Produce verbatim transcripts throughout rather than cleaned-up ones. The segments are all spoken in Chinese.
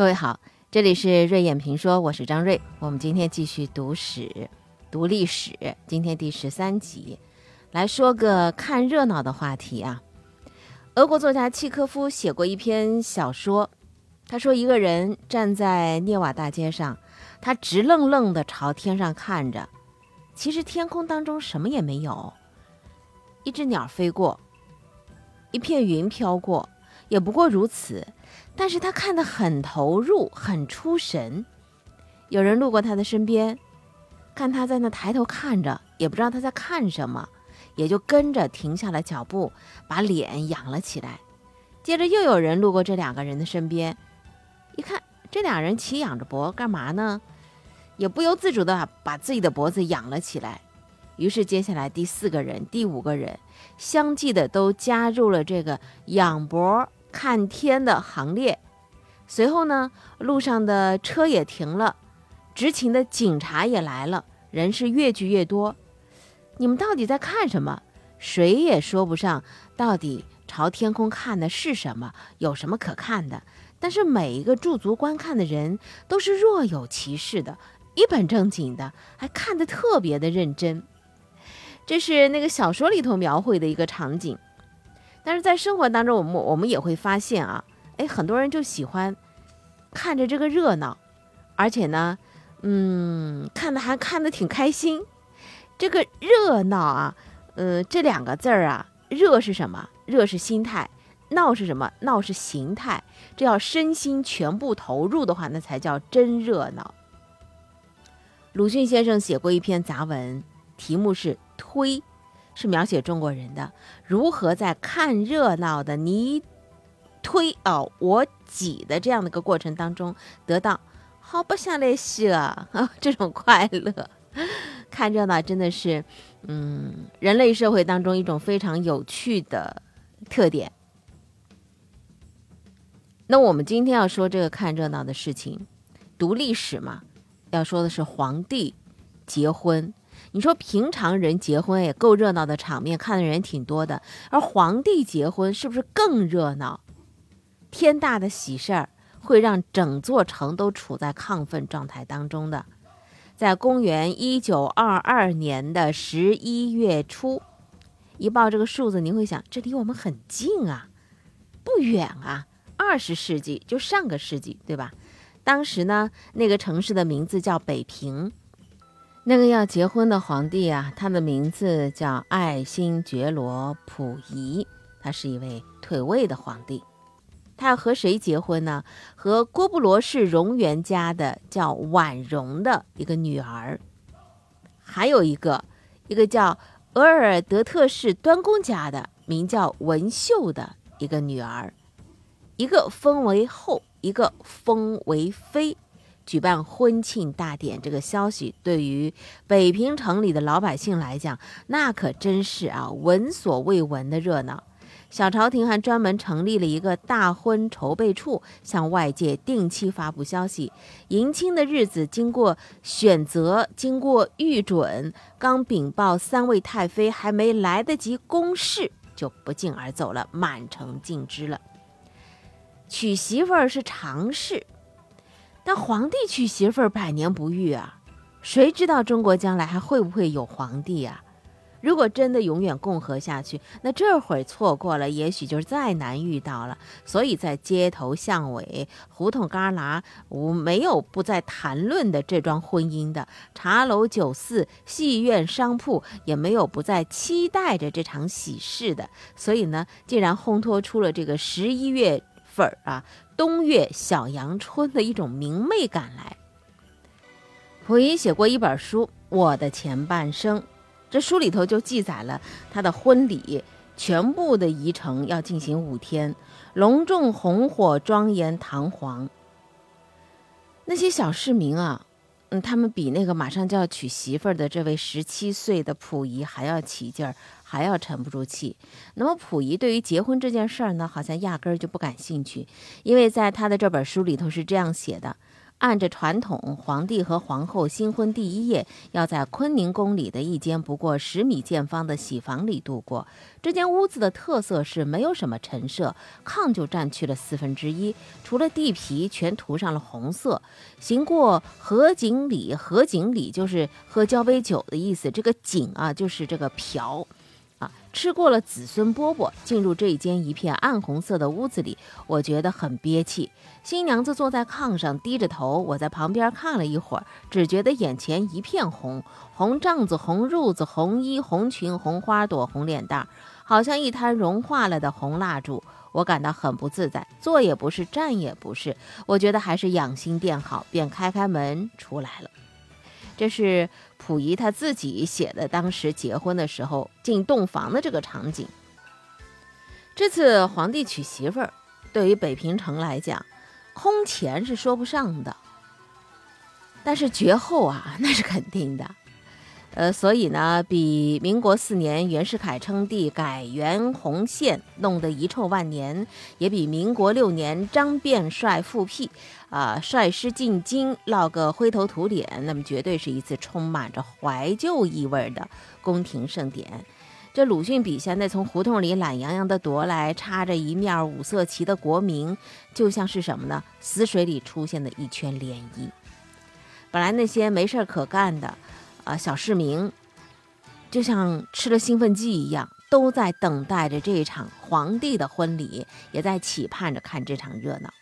位好，这里是瑞眼评说，我是张瑞。我们今天继续读史，读历史，今天第十三集，来说个看热闹的话题啊。俄国作家契科夫写过一篇小说，他说一个人站在涅瓦大街上，他直愣愣地朝天上看着，其实天空当中什么也没有，一只鸟飞过，一片云飘过，也不过如此，但是他看得很投入，很出神。有人路过他的身边，看他在那抬头看着，也不知道他在看什么，也就跟着停下了脚步，把脸仰了起来。接着又有人路过这两个人的身边，一看这两人齐仰着脖干嘛呢？也不由自主的把自己的脖子仰了起来。于是接下来第四个人、第五个人相继的都加入了这个仰脖看天的行列。随后呢，路上的车也停了，执勤的警察也来了，人是越聚越多。你们到底在看什么？谁也说不上到底朝天空看的是什么，有什么可看的。但是每一个驻足观看的人都是若有其事的，一本正经的，还看得特别的认真。这是那个小说里头描绘的一个场景，但是在生活当中我们我们也会发现啊，哎，很多人就喜欢看着这个热闹，而且呢，嗯，看的还看得挺开心。这个热闹啊，呃，这两个字儿啊，热是什么？热是心态，闹是什么？闹是形态。这要身心全部投入的话，那才叫真热闹。鲁迅先生写过一篇杂文，题目是推，是描写中国人的如何在看热闹的你推哦我挤的这样的一个过程当中得到好不想来洗啊、哦、这种快乐。看热闹真的是嗯，人类社会当中一种非常有趣的特点。那我们今天要说这个看热闹的事情，读历史嘛，要说的是皇帝结婚。你说平常人结婚也够热闹的场面，看的人挺多的，而皇帝结婚是不是更热闹？天大的喜事儿会让整座城都处在亢奋状态当中的。在公元一九二二年的十一月初，一报这个数字，您会想，这离我们很近啊，不远啊，二十世纪，就上个世纪，对吧？当时呢，那个城市的名字叫北平。那个要结婚的皇帝啊，他的名字叫爱新觉罗溥仪，他是一位退位的皇帝。他要和谁结婚呢？和郭布罗氏荣源家的叫婉容的一个女儿，还有一个一个叫额尔德特氏端公家的名叫文秀的一个女儿，一个封为后，一个封为妃。举办婚庆大典，这个消息对于北平城里的老百姓来讲，那可真是啊闻所未闻的热闹。小朝廷还专门成立了一个大婚筹备处，向外界定期发布消息。迎亲的日子经过选择，经过预准，刚禀报三位太妃，还没来得及公示，就不胫而走了，满城尽知了。娶媳妇儿是常事，但皇帝娶媳妇儿百年不遇啊，谁知道中国将来还会不会有皇帝啊？如果真的永远共和下去，那这会儿错过了，也许就再难遇到了。所以在街头巷尾、胡同旮旯，我没有不再谈论的这桩婚姻的；茶楼酒肆、戏院商铺，也没有不再期待着这场喜事的。所以呢，竟然烘托出了这个十一月份啊，冬月小阳春的一种明媚感来。溥仪写过一本书《我的前半生》。这书里头就记载了他的婚礼，全部的仪程要进行五天，隆重红火，庄严堂皇。那些小市民啊，嗯，他们比那个马上就要娶媳妇儿的这位十七岁的溥仪还要起劲儿，还要沉不住气。那么溥仪对于结婚这件事儿呢，好像压根儿就不感兴趣，因为在他的这本书里头是这样写的： 按着传统，皇帝和皇后新婚第一夜要在坤宁宫里的一间不过十米见方的喜房里度过。这间屋子的特色是没有什么陈设，炕就占去了四分之一，除了地皮全涂上了红色。行过合景里，合景里就是喝交杯酒的意思，这个景啊就是这个瓢啊，吃过了子孙饽饽，进入这一间一片暗红色的屋子里，我觉得很憋气。新娘子坐在炕上低着头，我在旁边看了一会儿，只觉得眼前一片红，红帐子、红褥子、红衣、红裙、红花朵、红脸蛋，好像一滩融化了的红蜡烛。我感到很不自在，坐也不是，站也不是，我觉得还是养心殿好，便开开门出来了。这是溥仪他自己写的，当时结婚的时候进洞房的这个场景。这次皇帝娶媳妇儿，对于北平城来讲，空前是说不上的，但是绝后啊，那是肯定的。呃，所以呢，比民国四年袁世凯称帝改元洪宪弄得遗臭万年，也比民国六年张变帅复辟啊、呃，率师进京落个灰头土脸，那么绝对是一次充满着怀旧意味的宫廷盛典。这鲁迅笔下那从胡同里懒洋洋地夺来插着一面五色旗的国名，就像是什么呢？死水里出现的一圈涟漪。本来那些没事可干的啊、呃，小市民就像吃了兴奋剂一样，都在等待着这一场皇帝的婚礼，也在期盼着看这场热闹。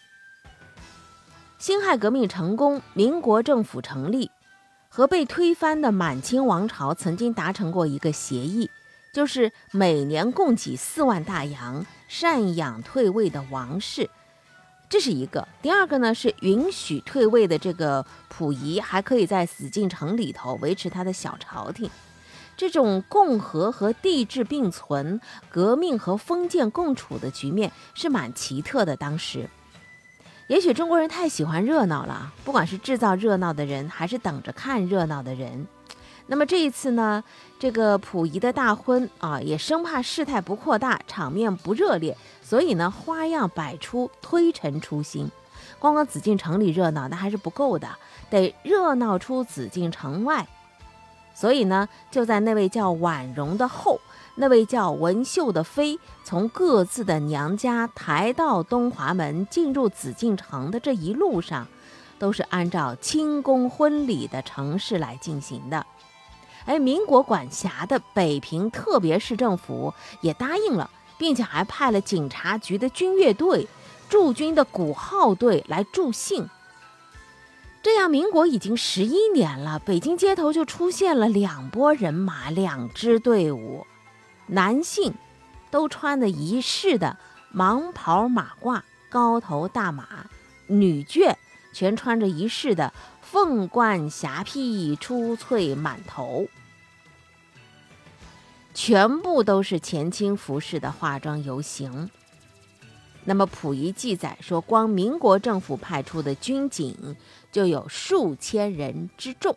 辛亥革命成功，民国政府成立，和被推翻的满清王朝曾经达成过一个协议，就是每年供给四万大洋，赡养退位的王室。这是一个。第二个呢，是允许退位的这个溥仪还可以在紫禁城里头维持他的小朝廷。这种共和和帝制并存、革命和封建共处的局面是蛮奇特的。当时也许中国人太喜欢热闹了，不管是制造热闹的人还是等着看热闹的人。那么这一次呢，这个溥仪的大婚啊，也生怕事态不扩大，场面不热烈，所以呢，花样百出，推陈出新。光光紫禁城里热闹那还是不够的，得热闹出紫禁城外。所以呢，就在那位叫婉容的后，那位叫文秀的妃，从各自的娘家抬到东华门进入紫禁城的这一路上，都是按照清宫婚礼的程式来进行的。而民国管辖的北平特别市政府也答应了，并且还派了警察局的军乐队、驻军的鼓号队来助兴。这样民国已经十一年了，北京街头就出现了两拨人马，两支队伍，男性都穿的一式的蟒袍马褂、高头大马，女眷全穿着一式的凤冠霞帔、出翠满头，全部都是前清服饰的化妆游行。那么溥仪记载说，光民国政府派出的军警就有数千人之众。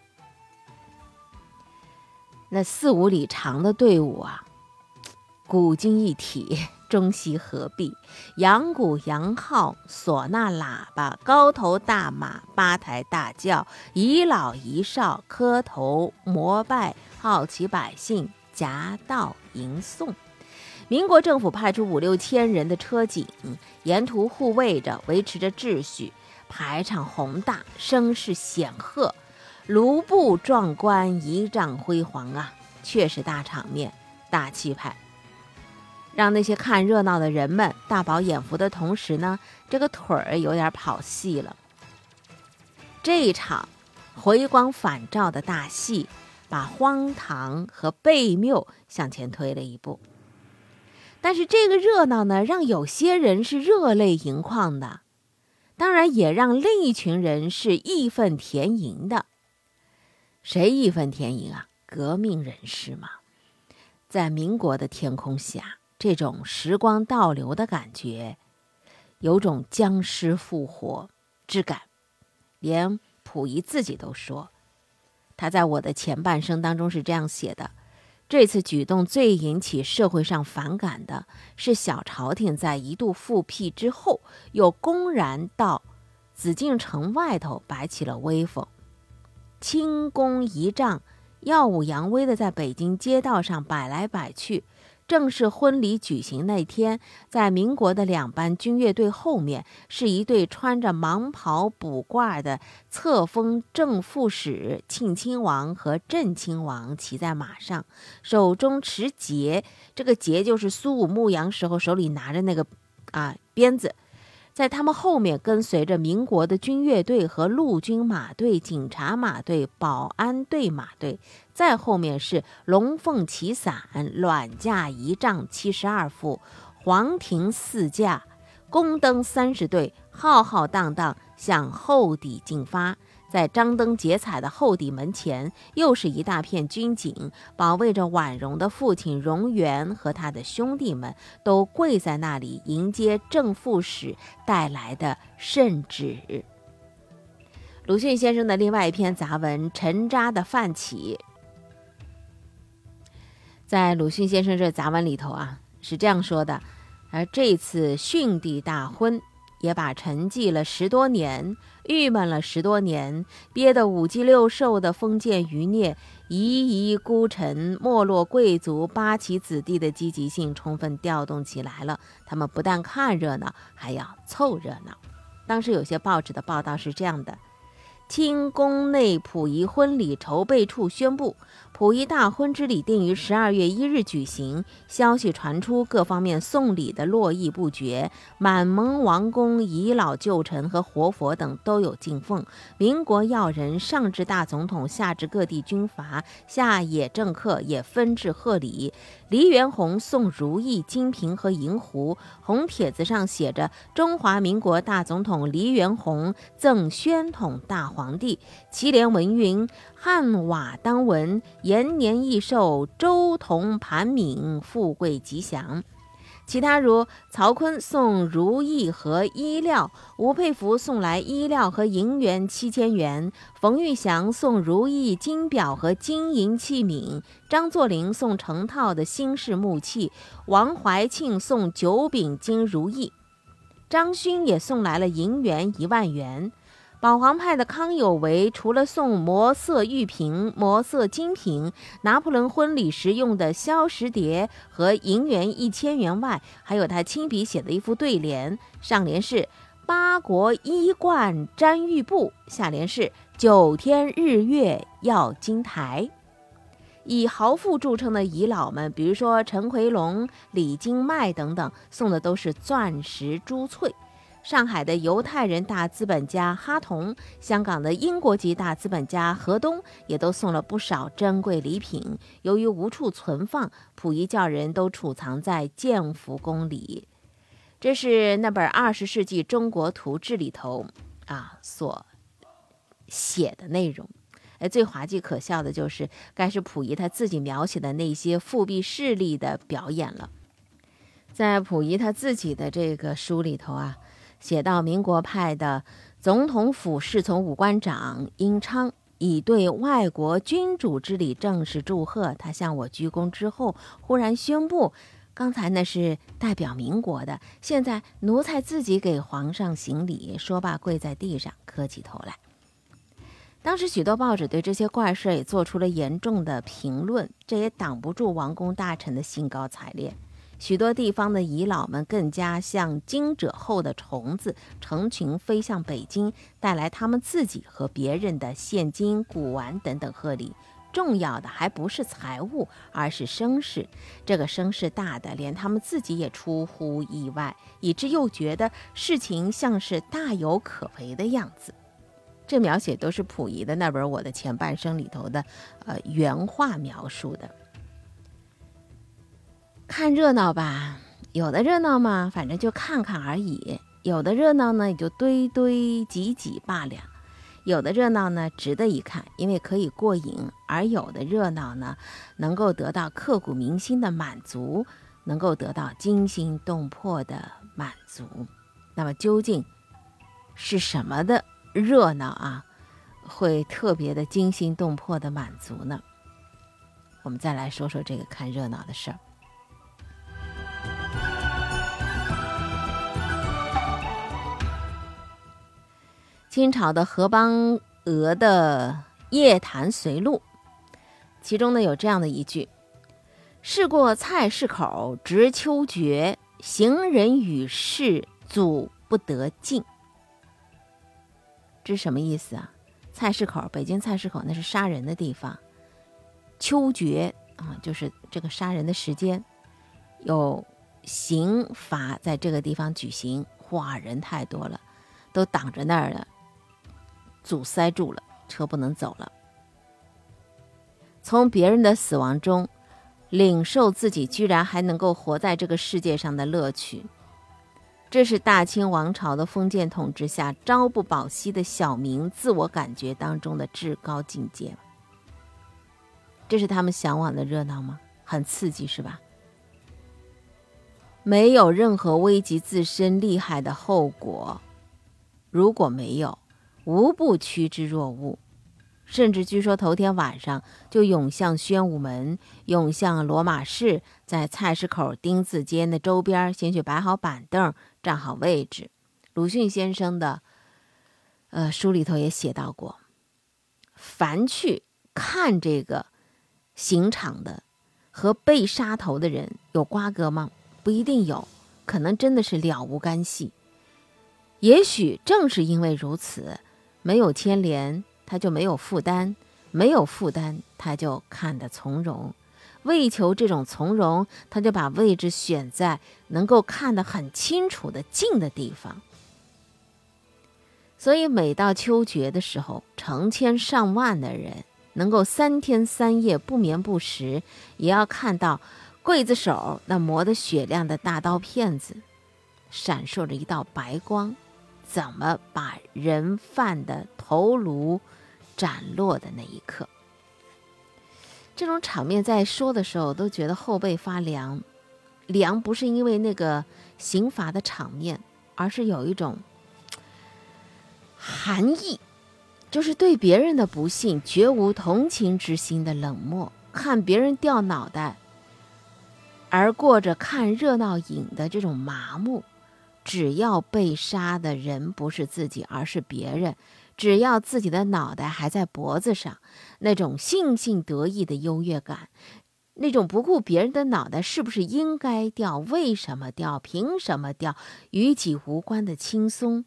那四五里长的队伍啊，鼓经一体，中西合璧，扬鼓扬号，唢呐喇叭，高头大马，八抬大轿，一老一少磕头膜拜，好奇百姓夹道迎送。民国政府派出五六千人的车警，沿途护卫着，维持着秩序，排场宏大，声势显赫，卢布壮观，仪仗辉煌啊，确实大场面，大气派。让那些看热闹的人们大饱眼福的同时呢，这个腿儿有点跑细了。这一场回光返照的大戏，把荒唐和悖谬向前推了一步。但是这个热闹呢，让有些人是热泪盈眶的，当然也让另一群人是义愤填膺的。谁义愤填膺啊？革命人士嘛。在民国的天空下，这种时光倒流的感觉，有种僵尸复活之感。连溥仪自己都说，他在我的前半生当中是这样写的：这次举动最引起社会上反感的是小朝廷在一度复辟之后，又公然到紫禁城外头摆起了威风，清宫仪仗耀武扬威的在北京街道上摆来摆去。正式婚礼举行那天，在民国的两班军乐队后面，是一对穿着蟒袍卜褂的册封正副使庆亲王和镇亲王骑在马上，手中持节，这个节就是苏武牧羊时候手里拿着那个啊鞭子。在他们后面跟随着民国的军乐队和陆军马队、警察马队、保安队马队，再后面是龙凤旗伞、卵架仪仗七十二副、黄庭四架、宫灯三十对，浩浩荡荡向后底进发。在张灯结彩的后底门前，又是一大片军警，保卫着婉容的父亲荣源和他的兄弟们，都跪在那里迎接正副使带来的圣旨。鲁迅先生的另外一篇杂文《陈渣的饭起》，在鲁迅先生这杂文里头啊，是这样说的：而这次训帝大婚，也把沉寂了十多年、郁闷了十多年、憋得五鸡六兽的封建余孽、夷夷孤臣、没落贵族、八旗子弟的积极性充分调动起来了。他们不但看热闹，还要凑热闹。当时有些报纸的报道是这样的：清宫内溥仪婚礼筹备处宣布，溥仪大婚之礼定于十二月一日举行。消息传出，各方面送礼的络绎不绝，满蒙王公、遗老旧臣和活佛等都有进奉。民国要人上至大总统，下至各地军阀，下野政客也纷至贺礼。黎元洪送如意、金瓶和银壶，红帖子上写着“中华民国大总统黎元洪赠宣统大皇帝”，其连文云：“汉瓦当闻，延年益寿，周同盘敏，富贵吉祥。”其他如曹锟送如意和衣料，吴佩孚送来衣料和银元七千元，冯玉祥送如意金表和金银器皿，张作霖送成套的新式木器，王怀庆送九柄金如意，张勋也送来了银元一万元。保皇派的康有为除了送磨色玉瓶、磨色金瓶、拿破仑婚礼时用的硝石碟和银元一千元外，还有他亲笔写的一副对联，上联是八国衣冠沾玉布，下联是九天日月耀金台。以豪富著称的遗老们，比如说陈奎龙、李金迈等等，送的都是钻石珠翠。上海的犹太人大资本家哈同，香港的英国籍大资本家何东也都送了不少珍贵礼品。由于无处存放，溥仪叫人都储藏在建福宫里。这是那本《二十世纪中国图志》里头啊所写的内容。哎，最滑稽可笑的就是该是溥仪他自己描写的那些复辟势力的表演了。在溥仪他自己的这个书里头啊，写到民国派的总统府侍从武官长殷昌已对外国君主之礼正式祝贺，他向我鞠躬之后，忽然宣布，刚才那是代表民国的，现在奴才自己给皇上行礼。说罢跪在地上磕起头来。当时许多报纸对这些怪事也做出了严重的评论，这也挡不住王公大臣的兴高采烈。许多地方的遗老们更加像惊蛰后的虫子，成群飞向北京，带来他们自己和别人的现金、古玩等等贺礼。重要的还不是财物，而是声势。这个声势大的连他们自己也出乎意外，以致又觉得事情像是大有可为的样子。这描写都是溥仪的那本《我的前半生》里头的呃原话描述的。看热闹吧，有的热闹嘛，反正就看看而已；有的热闹呢，也就堆堆挤挤罢了；有的热闹呢，值得一看，因为可以过瘾；而有的热闹呢，能够得到刻骨铭心的满足，能够得到惊心动魄的满足。那么究竟是什么的热闹啊，会特别的惊心动魄的满足呢？我们再来说说这个看热闹的事儿。 清朝的何邦娥的《夜谈随录》，其中呢有这样的一句：试过菜市口值秋决，行人与市阻不得进。这是什么意思啊？菜市口，北京菜市口那是杀人的地方，秋决啊，就是这个杀人的时间，有刑罚在这个地方举行，哇，人太多了，都挡着那儿了，阻塞住了，车不能走了。从别人的死亡中领受自己居然还能够活在这个世界上的乐趣，这是大清王朝的封建统治下朝不保夕的小民自我感觉当中的至高境界。这是他们向往的热闹吗？很刺激是吧？没有任何危及自身利害的后果，如果没有，无不趋之若鹜。甚至据说头天晚上就涌向宣武门，涌向罗马市，在菜市口丁字街的周边先去摆好板凳，站好位置。鲁迅先生的呃书里头也写到过，凡去看这个刑场的和被杀头的人有瓜葛吗？不一定有，可能真的是了无干系。也许正是因为如此，没有牵连他就没有负担，没有负担他就看得从容，为求这种从容，他就把位置选在能够看得很清楚的近的地方。所以每到秋决的时候，成千上万的人能够三天三夜不眠不食，也要看到刽子手那磨得雪亮的大刀片子闪烁着一道白光，怎么把人犯的头颅斩落的那一刻。这种场面在说的时候都觉得后背发凉，凉不是因为那个刑罚的场面，而是有一种寒意，就是对别人的不幸绝无同情之心的冷漠，看别人掉脑袋而过着看热闹瘾的这种麻木。只要被杀的人不是自己而是别人，只要自己的脑袋还在脖子上，那种悻悻得意的优越感，那种不顾别人的脑袋是不是应该掉，为什么掉，凭什么掉，与己无关的轻松。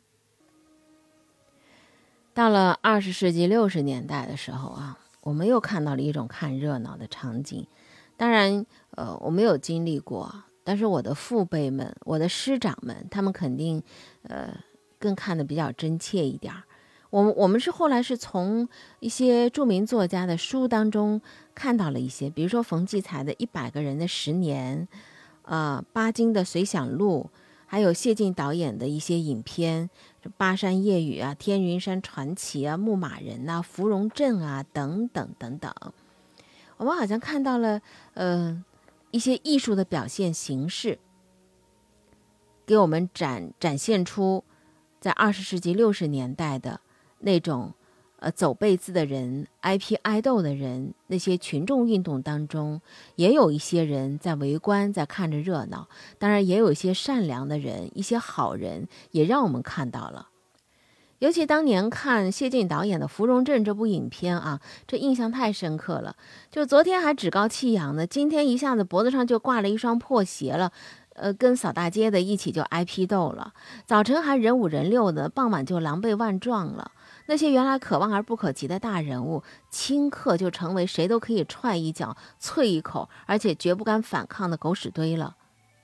到了二十世纪六十年代的时候啊，我们又看到了一种看热闹的场景。当然呃，我没有经历过，但是我的父辈们，我的师长们，他们肯定呃更看得比较真切一点。我们我们是后来是从一些著名作家的书当中看到了一些，比如说冯骥才的《一百个人的十年》，呃，巴金的《随想录》，还有谢晋导演的一些影片，《巴山夜雨》啊，《天云山传奇》啊，《牧马人》啊，《芙蓉镇》啊，等等等等。我们好像看到了呃一些艺术的表现形式，给我们展展现出在二十世纪六十年代的那种呃走背字的人、I P 爱豆的人，那些群众运动当中，也有一些人在围观，在看着热闹。当然，也有一些善良的人，一些好人，也让我们看到了。尤其当年看谢晋导演的《芙蓉镇》这部影片啊，这印象太深刻了。就昨天还趾高气扬的，今天一下子脖子上就挂了一双破鞋了，呃，跟扫大街的一起就挨批斗了。早晨还人五人六的，傍晚就狼狈万状了。那些原来可望而不可及的大人物，顷刻就成为谁都可以踹一脚、啐一口，而且绝不敢反抗的狗屎堆了。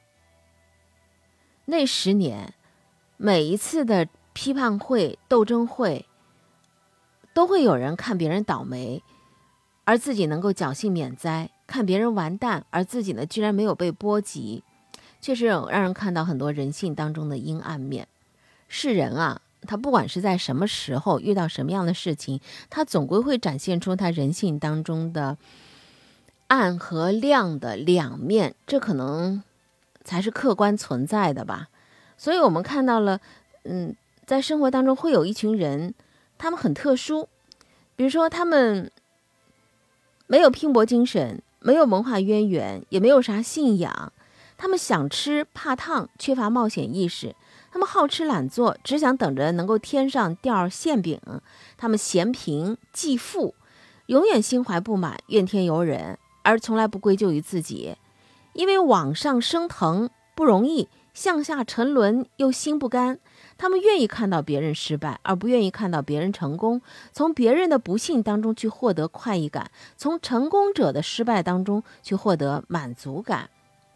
那十年，每一次的批判会、斗争会，都会有人看别人倒霉，而自己能够侥幸免灾；看别人完蛋，而自己呢居然没有被波及。确实让人看到很多人性当中的阴暗面。是人啊，他不管是在什么时候遇到什么样的事情，他总归会展现出他人性当中的暗和亮的两面，这可能才是客观存在的吧。所以我们看到了嗯，在生活当中会有一群人，他们很特殊，比如说他们没有拼搏精神，没有文化渊源，也没有啥信仰，他们想吃怕烫，缺乏冒险意识，他他们好吃懒做，只想等着能够天上掉馅饼。他们嫌贫忌富，永远心怀不满，怨天尤人，而从来不归咎于自己。因为往上升腾不容易，向下沉沦又心不甘。他们愿意看到别人失败，而不愿意看到别人成功，从别人的不幸当中去获得快意感，从成功者的失败当中去获得满足感。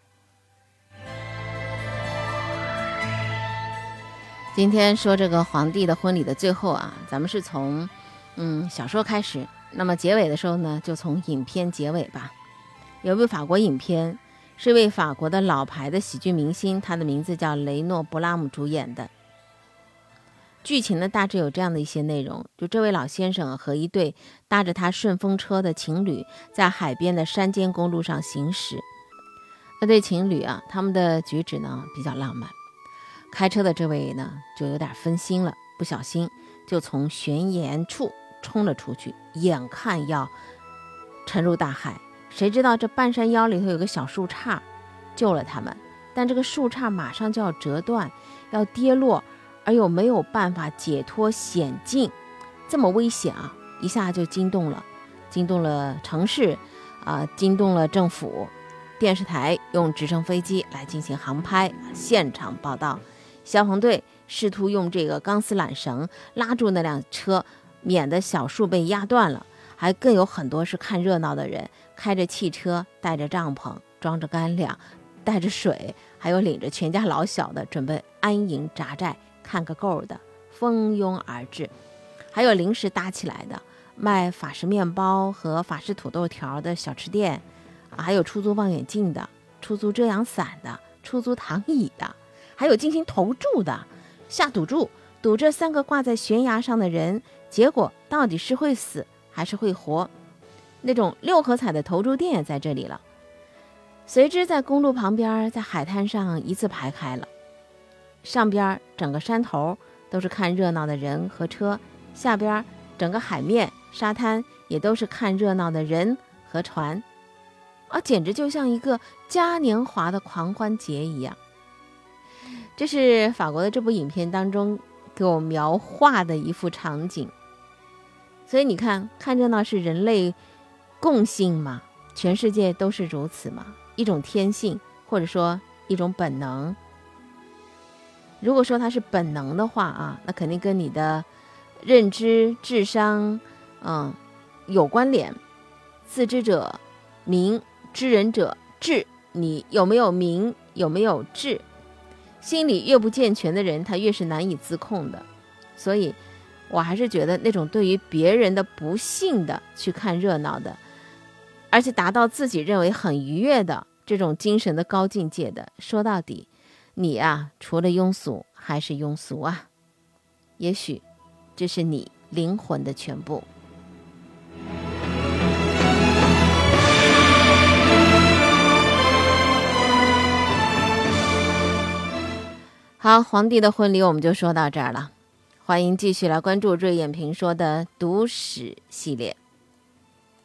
今天说这个皇帝的婚礼的最后啊，咱们是从嗯小说开始，那么结尾的时候呢，就从影片结尾吧。有部法国影片，是一位法国的老牌的喜剧明星，他的名字叫雷诺·布拉姆主演的。剧情呢大致有这样的一些内容，就这位老先生和一对搭着他顺风车的情侣在海边的山间公路上行驶。那对情侣啊，他们的举止呢比较浪漫。开车的这位呢就有点分心了，不小心就从悬崖处冲了出去，眼看要沉入大海。谁知道这半山腰里头有个小树杈救了他们，但这个树杈马上就要折断，要跌落，而又没有办法解脱险境。这么危险啊，一下就惊动了惊动了城市啊、呃，惊动了政府。电视台用直升飞机来进行航拍，现场报道。消防队试图用这个钢丝缆绳拉住那辆车，免得小树被压断了。还更有很多是看热闹的人，开着汽车，带着帐篷，装着干粮，带着水，还有领着全家老小的准备安营扎寨看个够的，蜂拥而至。还有临时搭起来的卖法式面包和法式土豆条的小吃店，还有出租望远镜的，出租遮阳伞的，出租躺椅的，还有进行投注的，下赌注，赌这三个挂在悬崖上的人，结果到底是会死还是会活。那种六合彩的投注店也在这里了。随之在公路旁边，在海滩上一字排开了，上边整个山头都是看热闹的人和车，下边整个海面沙滩也都是看热闹的人和船，啊，简直就像一个嘉年华的狂欢节一样。这是法国的这部影片当中给我描画的一幅场景。所以你看，看热闹是人类共性嘛，全世界都是如此嘛，一种天性，或者说一种本能。如果说它是本能的话啊，那肯定跟你的认知、智商，嗯，有关联。自知者明，知人者智。你有没有明，有没有智？心理越不健全的人，他越是难以自控的。所以我还是觉得那种对于别人的不幸的去看热闹的，而且达到自己认为很愉悦的这种精神的高境界的，说到底你啊，除了庸俗还是庸俗啊。也许这是你灵魂的全部。好，皇帝的婚礼我们就说到这儿了。欢迎继续来关注瑞眼评说的读史系列。